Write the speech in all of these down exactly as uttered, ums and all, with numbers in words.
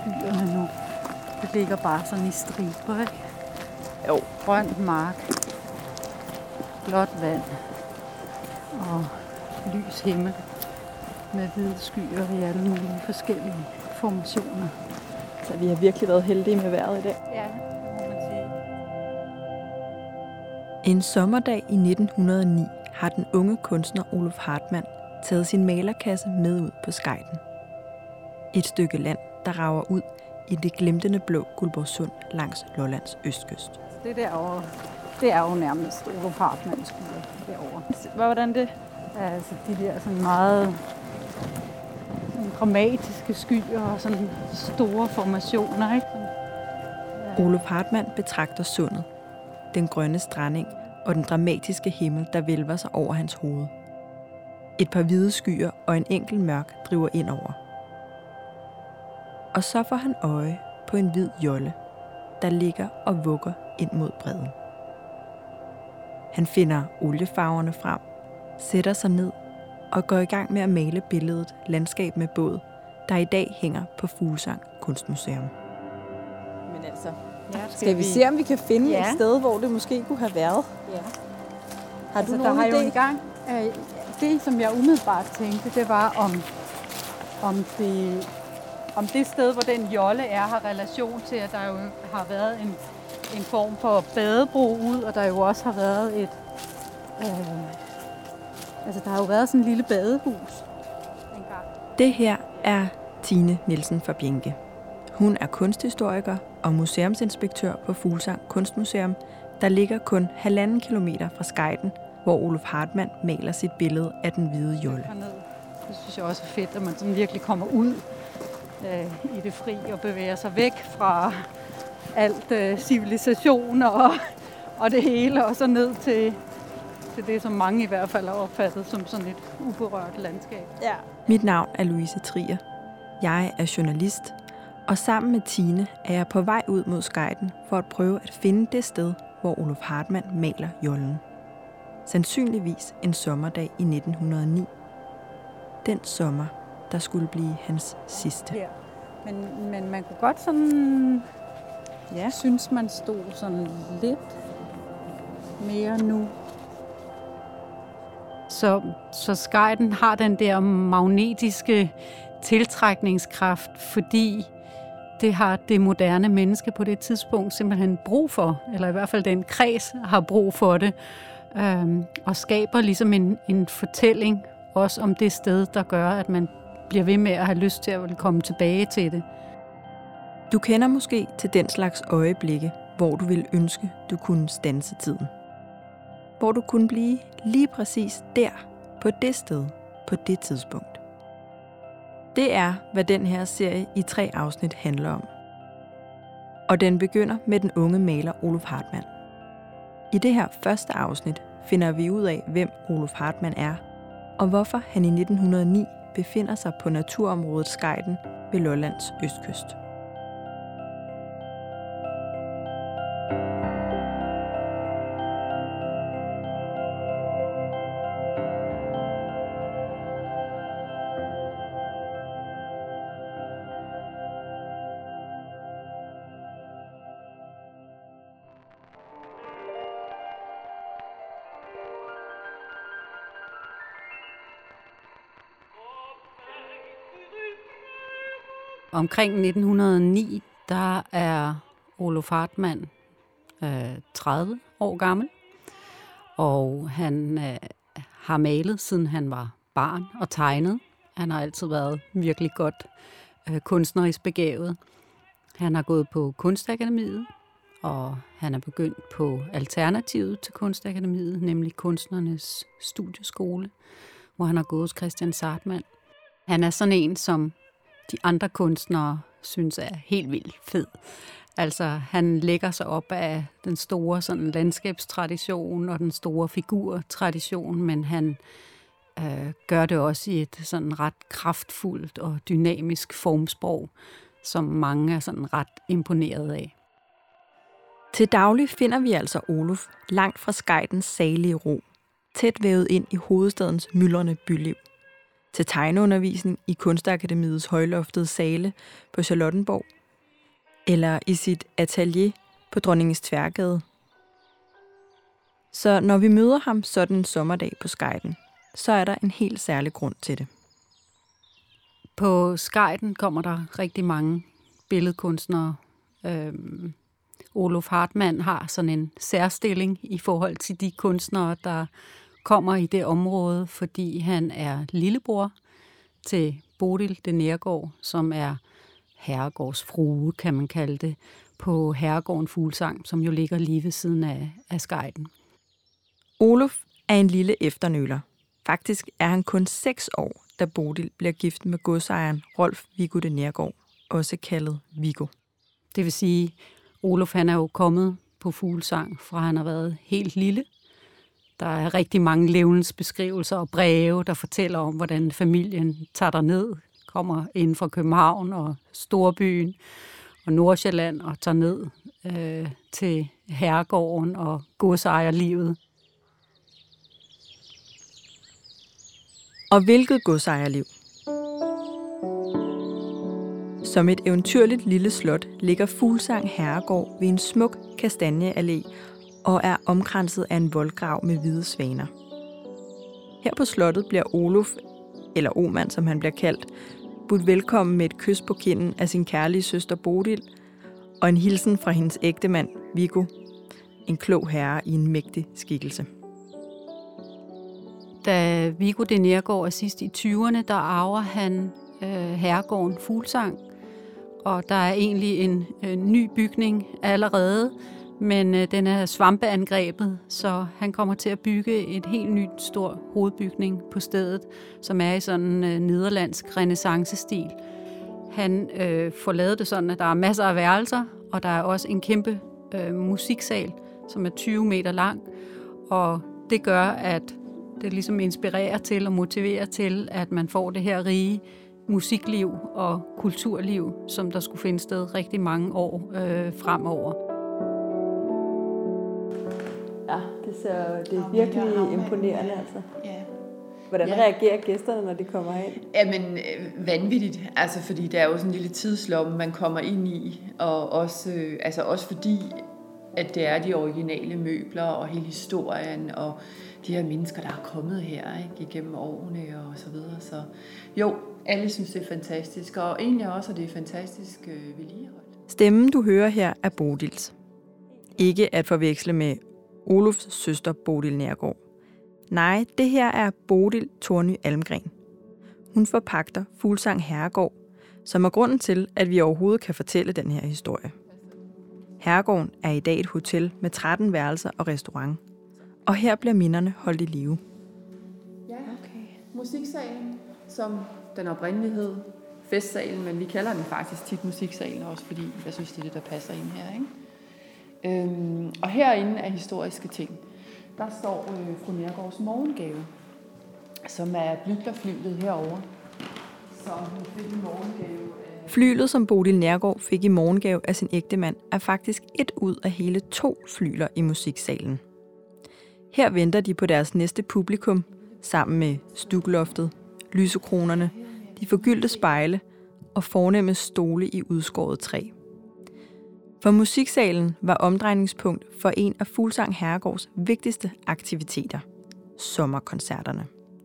skyerne nu. Det ligger bare sådan i striber, ikke? Jo, grøn mark, blåt vand og lys himmel med hvide skyer i alle mulige forskellige formationer. Så vi har virkelig været heldige med vejret i dag. Ja, må man sige. En sommerdag i nitten hundrede og ni har den unge kunstner Oluf Hartmann taget sin malerkasse med ud på Skejten. Et stykke land, der rager ud i det glimtende blå Guldborgsund langs Lollands østkyst. Det derovre, det er jo nærmest Oluf Hartmanns skyer derovre. Hvordan det? Altså de der sådan meget sådan dramatiske skyer og sådan store formationer, ikke? Ja. Oluf Hartmann betragter sundet, den grønne strandeng og den dramatiske himmel, der vælver sig over hans hoved. Et par hvide skyer og en enkelt mørk driver ind over. Og så får han øje på en hvid jolle, der ligger og vugger ind mod bredden. Han finder oliefarverne frem, sætter sig ned og går i gang med at male billedet Landskab med båd, der i dag hænger på Fuglsang Kunstmuseum. Men altså, ja, skal, skal vi se, om vi kan finde ja. et sted, hvor det måske kunne have været? Ja. Har altså, du nogen der har idé? Jo en gang, øh, det, som jeg umiddelbart tænkte, det var, om, om, det, om det sted, hvor den jolle er, har relation til, at der jo har været en, en form for badebro ud, og der jo også har været et... Øh, altså, der har jo været sådan en lille badehus engang. Det her er Tine Nielsen fra Bjenke. Hun er kunsthistoriker og museumsinspektør på Fuglsang Kunstmuseum, der ligger kun halvanden kilometer fra Skejten, hvor Oluf Hartmann maler sit billede af den hvide jolle. Det synes jeg også er fedt, at man sådan virkelig kommer ud øh, i det fri og bevæger sig væk fra alt øh, civilisation og, og det hele, og så ned til, til det, som mange i hvert fald har opfattet som sådan et uberørt landskab. Ja. Mit navn er Louise Trier. Jeg er journalist, og sammen med Tine er jeg på vej ud mod Skejten for at prøve at finde det sted, hvor Oluf Hartmann maler jollen. Sandsynligvis en sommerdag i nitten hundrede og ni. Den sommer, der skulle blive hans sidste. Ja. Men, men man kunne godt sådan, ja, synes man stod sådan lidt mere nu. Så, så Skejten har den der magnetiske tiltrækningskraft, fordi det har det moderne menneske på det tidspunkt simpelthen brug for, eller i hvert fald den kreds har brug for det, øhm, og skaber ligesom en, en fortælling også om det sted, der gør, at man bliver ved med at have lyst til at komme tilbage til det. Du kender måske til den slags øjeblikke, hvor du ville ønske, du kunne standse tiden. Hvor du kunne blive lige præcis der, på det sted, på det tidspunkt. Det er, hvad den her serie i tre afsnit handler om. Og den begynder med den unge maler Oluf Hartmann. I det her første afsnit finder vi ud af, hvem Oluf Hartmann er, og hvorfor han i nitten hundrede og ni befinder sig på naturområdet Skejten ved Lollands østkyst. Omkring nitten hundrede og ni, der er Oluf Hartmann øh, tredive år gammel, og han øh, har malet, siden han var barn, og tegnet. Han har altid været virkelig godt øh, kunstnerisk begavet. Han har gået på Kunstakademiet, og han er begyndt på alternativet til Kunstakademiet, nemlig Kunstnernes Studieskole, hvor han har gået hos Christian Sartmann. Han er sådan en, som de andre kunstnere synes er helt vildt fed. Altså, han lægger sig op af den store sådan, landskabstradition og den store figurtradition, men han øh, gør det også i et sådan ret kraftfuldt og dynamisk formsprog, som mange er sådan ret imponeret af. Til daglig finder vi altså Oluf langt fra Skejtens salige ro, tæt vævet ind i hovedstadens myldrende byliv. til tegneundervisning i Kunstakademiets højloftede sale på Charlottenborg, eller i sit atelier på Dronningens Tværgade. Så når vi møder ham sådan en sommerdag på Skejten, så er der en helt særlig grund til det. På Skejten kommer der rigtig mange billedkunstnere. Øhm, Olof Hartmann har sådan en særstilling i forhold til de kunstnere, der kommer i det område, fordi han er lillebror til Bodil de Neergaard, som er herregårdsfrue, kan man kalde det, på herregården Fuglsang, som jo ligger lige ved siden af, af Skejten. Olof er en lille efternøler. Faktisk er han kun seks år, da Bodil bliver gift med godsejeren Rolf Viggo de Neergaard, også kaldet Viggo. Det vil sige, Olof han er jo kommet på Fuglsang, fra han har været helt lille. Der er rigtig mange levnedsbeskrivelser og breve, der fortæller om, hvordan familien tager derned, kommer ind fra København og Storbyen og Nordsjælland og tager ned øh, til herregården og godsejerlivet. Og hvilket godsejerliv? Som et eventyrligt lille slot ligger Fuglsang Herregård ved en smuk kastanjeallé og er omkranset af en voldgrav med hvide svaner. Her på slottet bliver Olof, eller Oman som han bliver kaldt, budt velkommen med et kys på kinden af sin kærlige søster Bodil og en hilsen fra hendes ægtemand Viggo, en klog herre i en mægtig skikkelse. Da Viggo de Neergaard er sidst i tyverne, der arver han øh, herregården Fuglsang, og der er egentlig en øh, ny bygning allerede, men øh, den er svampeangrebet, så han kommer til at bygge et helt nyt stor hovedbygning på stedet, som er i sådan en øh, nederlandsk renæssancestil. Han øh, får lavet det sådan, at der er masser af værelser, og der er også en kæmpe øh, musiksal, som er tyve meter lang, og det gør, at det ligesom inspirerer til og motiverer til, at man får det her rige musikliv og kulturliv, som der skulle finde sted rigtig mange år øh, fremover. Ja, det, ser, det er virkelig imponerende. Altså. Ja. Hvordan ja. reagerer gæsterne, når de kommer ind? Jamen, øh, vanvittigt. Altså, fordi der er jo sådan en lille tidslomme, man kommer ind i. Og også, øh, altså også fordi, at det er de originale møbler og hele historien og de her mennesker, der er kommet her ikke, igennem årene og så videre. Så jo, alle synes, det er fantastisk, og egentlig også, at det er fantastisk øh, vedligeholdt. Stemmen, du hører her, er Bodils. Ikke at forveksle med Olofs søster Bodil Neergaard. Nej, det her er Bodil Torny Almgren. Hun forpagter Fuglsang Herregård, som er grunden til, at vi overhovedet kan fortælle den her historie. Herregården er i dag et hotel med tretten værelser og restaurant. Og her bliver minderne holdt i live. Ja, okay. Musiksalen, som den oprindelige hed, festsalen, men vi kalder den faktisk tit musiksalen også, fordi jeg synes, det er det, der passer ind her. Ikke? Øhm, og herinde er historiske ting. Der står øh, fru Neergaards morgengave, som er Blücherflylet herovre, som hun fik en morgengave af... Flylet, som Bodil Neergaard fik i morgengave af sin ægtemand, er faktisk et ud af hele to flyler i musiksalen. Her venter de på deres næste publikum, sammen med stukloftet, lysekronerne, de forgyldte spejle og fornemme stole i udskåret træ. For musiksalen var omdrejningspunkt for en af Fuglsang Herregårds vigtigste aktiviteter, sommerkoncerterne.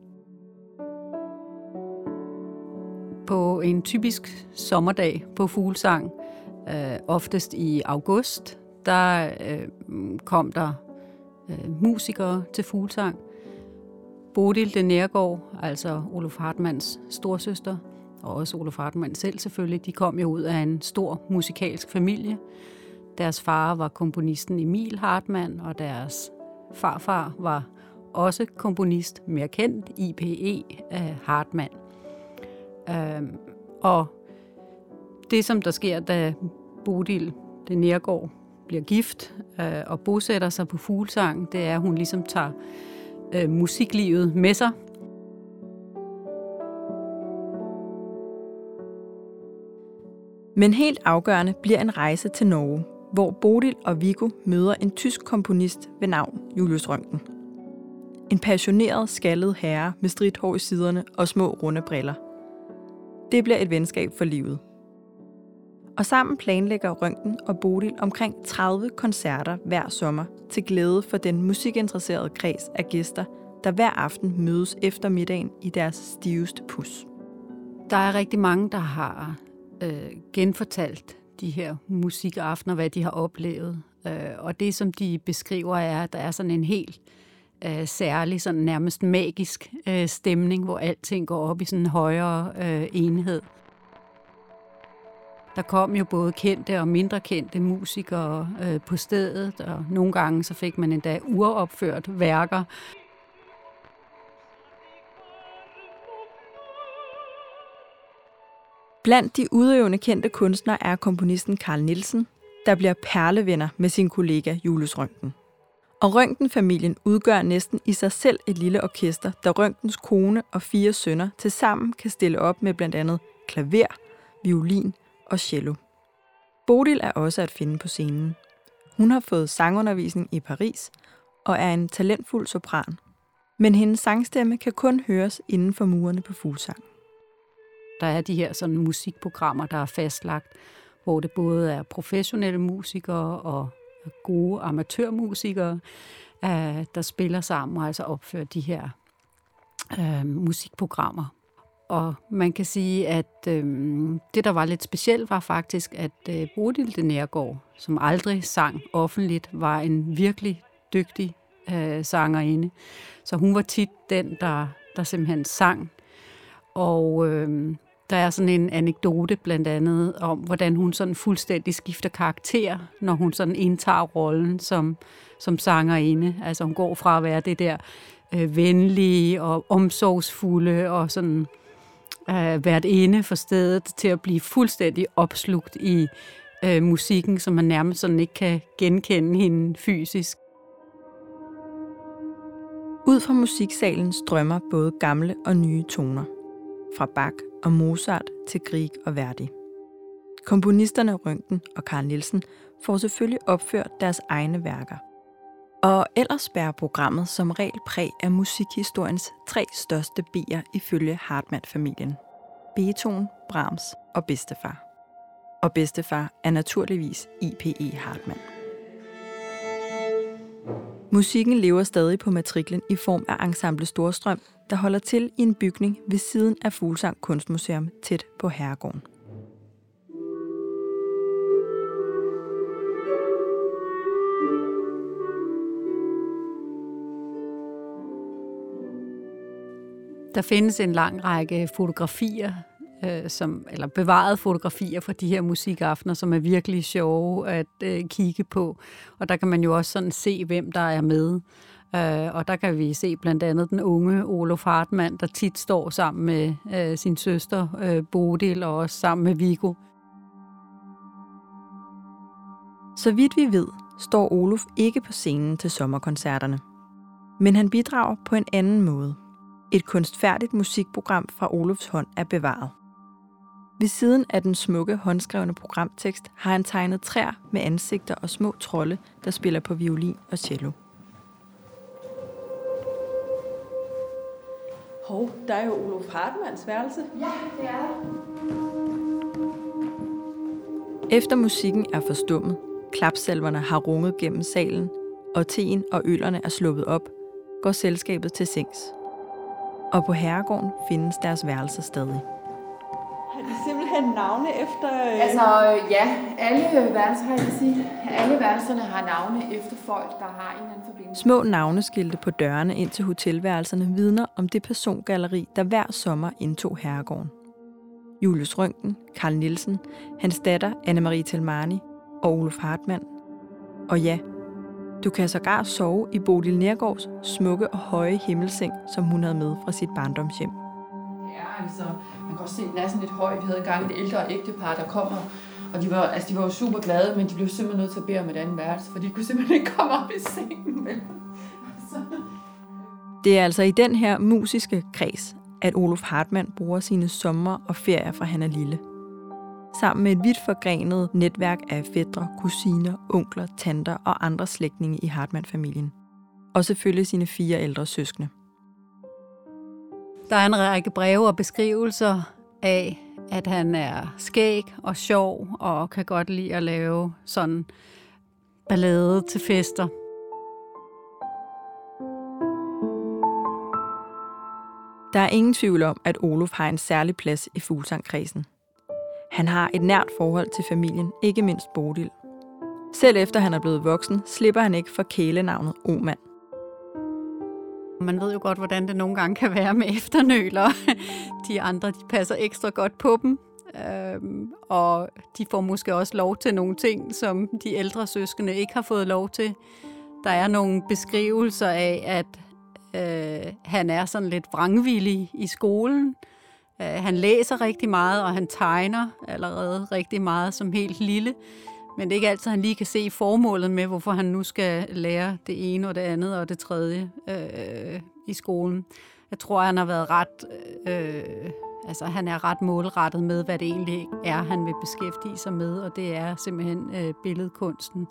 På en typisk sommerdag på Fuglsang, øh, oftest i august, der øh, kom der øh, musikere til Fuglsang. Bodil de Neergaard, altså Olof Hartmanns storsøster, og også Olof Hartmann selv selvfølgelig, de kom jo ud af en stor musikalsk familie. Deres far var komponisten Emil Hartmann, og deres farfar var også komponist, mere kendt, I P E Hartmann. Øhm, og det, som der sker, da Bodil de Neergaard bliver gift øh, og bosætter sig på Fuglsang, det er, at hun ligesom tager øh, musiklivet med sig. Men helt afgørende bliver en rejse til Norge, hvor Bodil og Viggo møder en tysk komponist ved navn Julius Røntgen. En passioneret, skaldet herre med stridt hår i siderne og små runde briller. Det bliver et venskab for livet. Og sammen planlægger Røntgen og Bodil omkring tredive koncerter hver sommer til glæde for den musikinteresserede kreds af gæster, der hver aften mødes efter middagen i deres stiveste pus. Der er rigtig mange, der har øh, genfortalt de her musikaftener, hvad de har oplevet. Øh, og det, som de beskriver, er, at der er sådan en helt øh, særlig, sådan nærmest magisk øh, stemning, hvor alting går op i sådan en højere øh, enhed. Der kom jo både kendte og mindre kendte musikere øh, på stedet, og nogle gange så fik man endda uropført værker. Blandt de udøvende kendte kunstnere er komponisten Carl Nielsen, der bliver perlevenner med sin kollega Julius Røntgen. Og Røntgen-familien udgør næsten i sig selv et lille orkester, der Røntgens kone og fire sønner tilsammen kan stille op med blandt andet klaver, violin og cello. Bodil er også at finde på scenen. Hun har fået sangundervisning i Paris og er en talentfuld sopran. Men hendes sangstemme kan kun høres inden for murene på Fuglsang. Der er de her sådan musikprogrammer, der er fastlagt, hvor det både er professionelle musikere og gode amatørmusikere, der spiller sammen og altså opfører de her øh, musikprogrammer. Og man kan sige, at øh, det, der var lidt specielt, var faktisk, at øh, Bodil de Neergaard, som aldrig sang offentligt, var en virkelig dygtig øh, sangerinde. Så hun var tit den, der, der simpelthen sang. Og øh, der er sådan en anekdote blandt andet om, hvordan hun sådan fuldstændig skifter karakter, når hun sådan indtager rollen som, som sangerinde. Altså hun går fra at være det der øh, venlige og omsorgsfulde og sådan øh, været inde for stedet til at blive fuldstændig opslugt i øh, musikken, som man nærmest sådan ikke kan genkende hende fysisk. Ud fra musiksalen strømmer både gamle og nye toner. Fra Bach og Mozart til Grieg og Verdi. Komponisterne Røntgen og Carl Nielsen får selvfølgelig opført deres egne værker. Og ellers bærer programmet som regel præg af musikhistoriens tre største B'er ifølge Hartmann-familien. Beethoven, Brahms og bedstefar. Og bedstefar er naturligvis I P E Hartmann. Musikken lever stadig på matriklen i form af Ensemble Storstrøm, der holder til i en bygning ved siden af Fuglsang Kunstmuseum tæt på Herregården. Der findes en lang række fotografier, øh, som, eller bevarede fotografier fra de her musikaftener, som er virkelig sjove at øh, kigge på. Og der kan man jo også sådan se, hvem der er med. Uh, og der kan vi se blandt andet den unge Olof Hartmann, der tit står sammen med uh, sin søster uh, Bodil og også sammen med Viggo. Så vidt vi ved, står Olof ikke på scenen til sommerkoncerterne. Men han bidrager på en anden måde. Et kunstfærdigt musikprogram fra Olofs hånd er bevaret. Ved siden af den smukke håndskrevne programtekst har han tegnet træer med ansigter og små trolde, der spiller på violin og cello. Hov, der er jo Olof Hartmanns værelse. Ja, det er der. Efter musikken er forstummet, klapsalverne har runget gennem salen, og teen og ølerne er sluppet op, går selskabet til sengs. Og på Herregården findes deres værelser stadig. Har de simpelthen navne efter... Øh... Altså, ja, alle værelser, har jeg vil sige. Alle værelserne har navne efter folk, der har en eller anden forbindelse. Små navneskilte på dørene ind til hotelværelserne vidner om det persongalleri, der hver sommer indtog Herregården. Julius Røntgen, Carl Nielsen, hans datter Anne-Marie Telmani og Olof Hartmann. Og ja, du kan sågar sove i Bodil Neergaards smukke og høje himmelseng, som hun havde med fra sit barndomshjem. Ja, altså, man kan også se, den er sådan lidt høj. Vi havde engang et ældre ægtepar, der kommer, og de var, altså, de var jo super glade, men de blev simpelthen nødt til at bede om et andet værelse, for de kunne simpelthen ikke komme op i sengen. Altså. Det er altså i den her musiske kreds, at Olof Hartmann bruger sine sommer og ferier fra han er lille. Sammen med et vidt forgrenet netværk af fætre, kusiner, onkler, tanter og andre slægtninge i Hartmann-familien. og selvfølgelig sine fire ældre søskende. Der er en række breve og beskrivelser af, at han er skæg og sjov og kan godt lide at lave sådan ballade til fester. Der er ingen tvivl om, at Olof har en særlig plads i Fuglsang-kredsen. Han har et nært forhold til familien, ikke mindst Bodil. Selv efter han er blevet voksen, slipper han ikke for kælenavnet Omand. Man ved jo godt, hvordan det nogle gange kan være med efternøler. De andre, de passer ekstra godt på dem. Øhm, og de får måske også lov til nogle ting, som de ældre søskende ikke har fået lov til. Der er nogle beskrivelser af, at øh, han er sådan lidt vrangvillig i skolen. Øh, han læser rigtig meget, og han tegner allerede rigtig meget som helt lille. Men det er ikke altid, han lige kan se formålet med, hvorfor han nu skal lære det ene og det andet og det tredje øh, i skolen. Jeg tror, han har været ret, øh, altså han er ret målrettet med, hvad det egentlig er, han vil beskæftige sig med, og det er simpelthen øh, billedkunsten.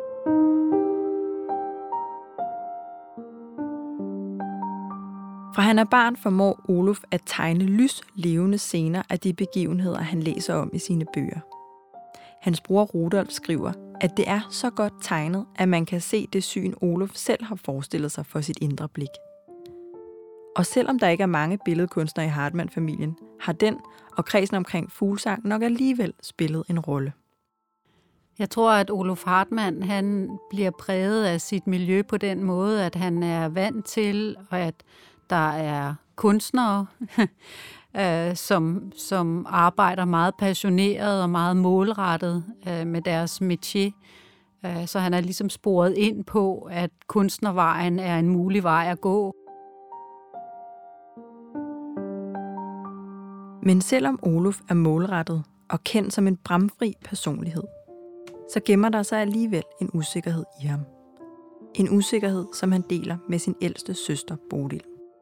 Fra han er barn formår Olof at tegne lyslevende scener af de begivenheder, han læser om i sine bøger. Hans bror Rudolf skriver, at det er så godt tegnet, at man kan se det syn, Olof selv har forestillet sig for sit indre blik. Og selvom der ikke er mange billedkunstnere i Hartmann-familien, har den og kredsen omkring Fuglsang nok alligevel spillet en rolle. Jeg tror, at Olof Hartmann han bliver præget af sit miljø på den måde, at han er vant til, at der er kunstnere, øh, som, som arbejder meget passioneret og meget målrettet øh, med deres métier. Øh, så han er ligesom sporet ind på, at kunstnervejen er en mulig vej at gå. Men selvom Olof er målrettet og kendt som en bramfri personlighed, så gemmer der sig alligevel en usikkerhed i ham. En usikkerhed, som han deler med sin ældste søster Bodil.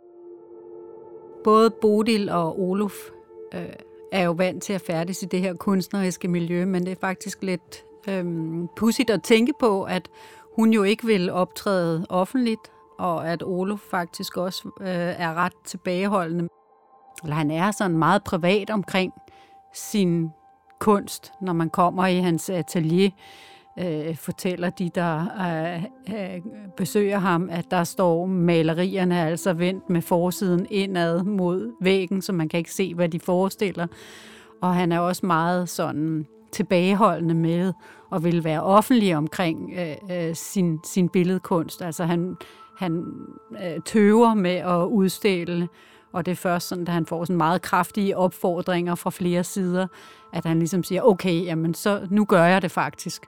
Både Bodil og Olof øh, er jo vant til at færdes i det her kunstneriske miljø, men det er faktisk lidt øh, pudsigt at tænke på, at hun jo ikke vil optræde offentligt, og at Olof faktisk også øh, er ret tilbageholdende. Eller han er sådan meget privat omkring sin kunst, når man kommer i hans atelier. Øh, fortæller de, der øh, øh, besøger ham, at der står malerierne altså vendt med forsiden indad mod væggen, så man kan ikke se, hvad de forestiller. Og han er også meget sådan tilbageholdende med og vil være offentlig omkring øh, øh, sin, sin billedkunst. Altså han, han øh, tøver med at udstille, og det er først sådan, da han får sådan meget kraftige opfordringer fra flere sider, at han ligesom siger, okay, jamen så nu gør jeg det faktisk.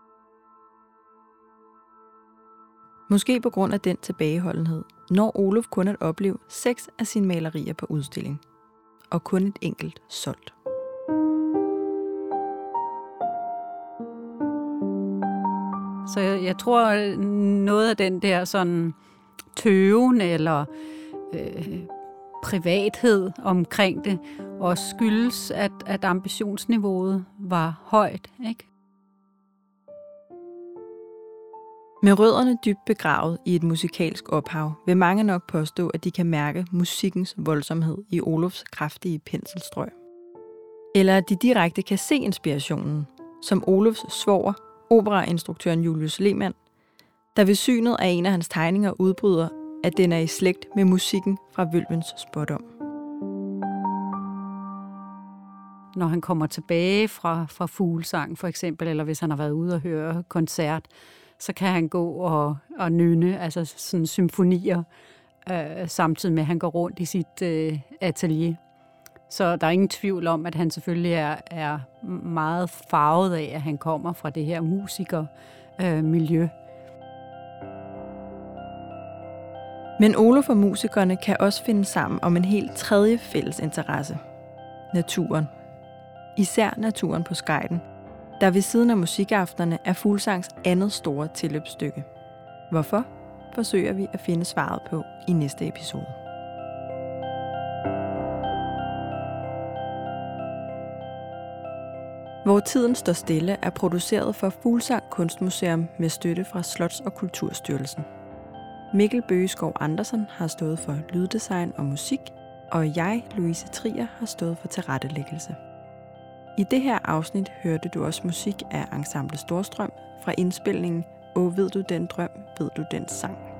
Måske på grund af den tilbageholdenhed, når Olof kun at opleve seks af sine malerier på udstilling, og kun et enkelt solgt. Så jeg, jeg tror, noget af den der sådan tøven eller øh, privathed omkring det også skyldes, at, at ambitionsniveauet var højt, ikke? Med rødderne dybt begravet i et musikalsk ophav, vil mange nok påstå, at de kan mærke musikkens voldsomhed i Olofs kraftige penselstrøg. Eller at de direkte kan se inspirationen, som Olofs svoger, operainstruktøren Julius Lehmann, der ved synet af en af hans tegninger udbryder, at den er i slægt med musikken fra Vølvens Spådom. Når han kommer tilbage fra, fra Fuglsang for eksempel, eller hvis han har været ude og høre koncert, så kan han gå og, og nynne, altså sådan symfonier, øh, samtidig med, at han går rundt i sit øh, atelier. Så der er ingen tvivl om, at han selvfølgelig er, er meget farvet af, at han kommer fra det her musikermiljø. Øh, Men Olof og musikerne kan også finde sammen om en helt tredje fælles interesse. Naturen. Især naturen på Skejten, der ved siden af musikaftenerne er Fuglsangs andet store tilløbsstykke. Hvorfor? Forsøger vi at finde svaret på i næste episode. Hvor tiden står stille er produceret for Fuglsang Kunstmuseum med støtte fra Slots- og Kulturstyrelsen. Mikkel Bøgeskov Andersen har stået for lyddesign og musik, og jeg, Louise Trier, har stået for tilrettelæggelse. I det her afsnit hørte du også musik af Ensemble Storstrøm fra indspilningen Åh, ved du den drøm, ved du den sang.